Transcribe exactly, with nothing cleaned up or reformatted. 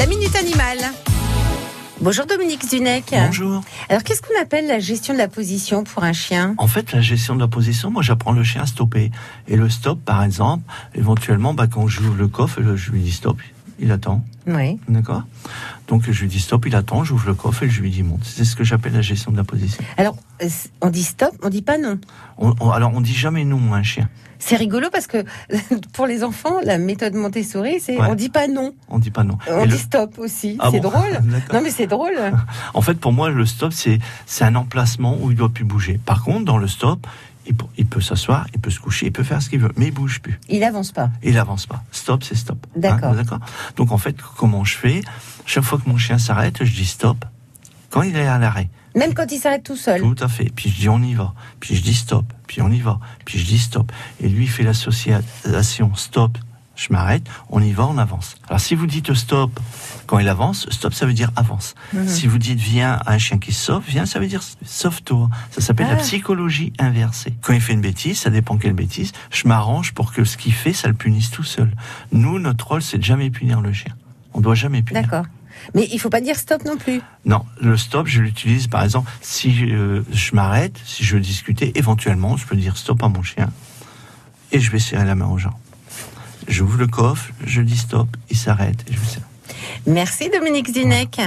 La Minute Animale. Bonjour Dominique Zunec. Bonjour. Alors qu'est-ce qu'on appelle la gestion de la position pour un chien ? En fait, la gestion de la position, moi j'apprends le chien à stopper. Et le stop, par exemple, éventuellement, bah, quand j'ouvre le coffre, je lui dis stop, il attend. Oui. D'accord ? Donc je lui dis stop, il attend, j'ouvre le coffre et je lui dis monte. C'est ce que j'appelle la gestion de la position. Alors, on dit stop, on dit pas non. On, on, alors on dit jamais non à un chien. C'est rigolo parce que pour les enfants, la méthode Montessori, c'est Ouais. on dit pas non. On dit pas non. On Et dit le... stop aussi. Ah c'est bon drôle. D'accord. Non mais c'est drôle. En fait, pour moi, le stop, c'est, c'est un emplacement où il doit plus bouger. Par contre, dans le stop, il peut, il peut s'asseoir, il peut se coucher, il peut faire ce qu'il veut, mais il bouge plus. Il avance pas. Il avance pas. Stop, c'est stop. D'accord. Hein, d'accord. Donc en fait, comment je fais ? Chaque fois que mon chien s'arrête, je dis stop. Quand il est à l'arrêt. Même quand il s'arrête tout seul. Tout à fait. Puis je dis on y va. Puis je dis stop. Puis on y va. Puis je dis stop. Et lui il fait l'association stop. Je m'arrête. On y va, on avance. Alors si vous dites stop quand il avance, stop ça veut dire avance. Mmh. Si vous dites viens à un chien qui sauve, viens ça veut dire sauve-toi. Ça s'appelle ah. la psychologie inversée. Quand il fait une bêtise, ça dépend quelle bêtise, je m'arrange pour que ce qu'il fait, ça le punisse tout seul. Nous, notre rôle, c'est de jamais punir le chien. On doit jamais punir. D'accord. Mais il faut pas dire stop non plus. Non, le stop, je l'utilise par exemple si euh, je m'arrête, si je veux discuter, éventuellement, je peux dire stop à mon chien et je vais serrer la main aux gens. J'ouvre le coffre, je dis stop, il s'arrête et je vais serrer. Merci Dominique Zunec.